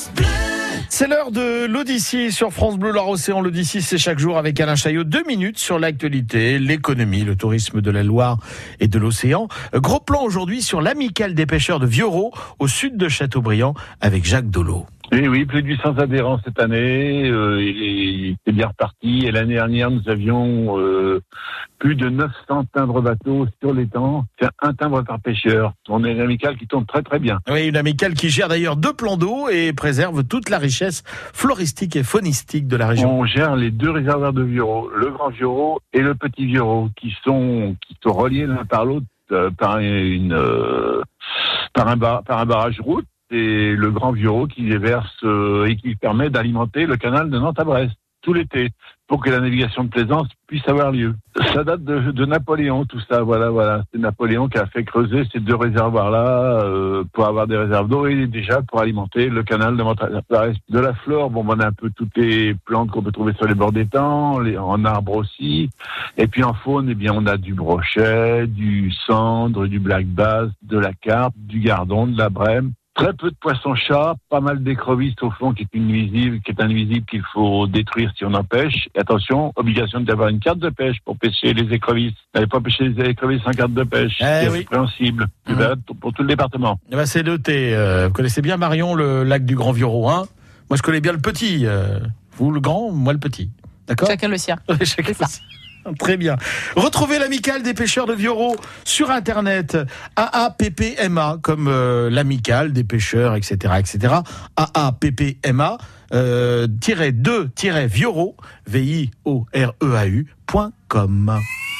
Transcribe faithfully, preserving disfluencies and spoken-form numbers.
C'est l'heure de l'Odyssée sur France Bleu Loire-Océan. L'Odyssée, c'est chaque jour avec Alain Chaillot. Deux minutes sur l'actualité, l'économie, le tourisme de la Loire et de l'Océan. Gros plan aujourd'hui sur l'amicale des pêcheurs de Viorot, au sud de Châteaubriand, avec Jacques Dolot. Oui, oui, plus de huit cents adhérents cette année, euh, et c'est bien reparti. Et l'année dernière, nous avions euh, plus de neuf cents timbres bateaux sur l'étang. C'est un timbre par pêcheur. On est une amicale qui tourne très très bien. Oui, une amicale qui gère d'ailleurs deux plans d'eau et préserve toute la richesse floristique et faunistique de la région. On gère les deux réservoirs de Viorot, le Grand Viorot et le Petit Viorot, qui sont qui sont reliés l'un par l'autre euh, par une euh, par un bar, par un barrage route. C'est le Grand Viorot qui les verse euh, et qui permet d'alimenter le canal de Nantes à Brest tout l'été pour que la navigation de plaisance puisse avoir lieu. Ça date de, de Napoléon, tout ça. Voilà, voilà. C'est Napoléon qui a fait creuser ces deux réservoirs-là euh, pour avoir des réserves d'eau et déjà pour alimenter le canal de Nantes à Brest. De la flore, bon, on a un peu toutes les plantes qu'on peut trouver sur les bords d'étang, les, en arbre aussi. Et puis en faune, eh bien, on a du brochet, du cendre, du black bass, de la carpe, du gardon, de la brème. Très peu de poissons-chats, pas mal d'écrevisses au fond qui est une nuisible, qui est un nuisible qu'il faut détruire si on en pêche. Et attention, obligation d'avoir une carte de pêche pour pêcher les écrevisses. N'allez pas pêcher les écrevisses sans carte de pêche. Eh c'est oui. répréhensible. Mmh. Pour tout le département. Eh ben c'est noté. Euh, vous connaissez bien Marion, le lac du Grand Viorot, hein? Moi je connais bien le petit. Euh, vous le grand, moi le petit. D'accord? Chacun le sien. Chacun le sien. Très bien. Retrouvez l'amicale des pêcheurs de Viorot sur Internet. A A P P M A, comme euh, l'amicale des pêcheurs, et cetera, et cetera. A A P P M A, euh, tiret deux, tiret Viorot, V I O R E A U, point com.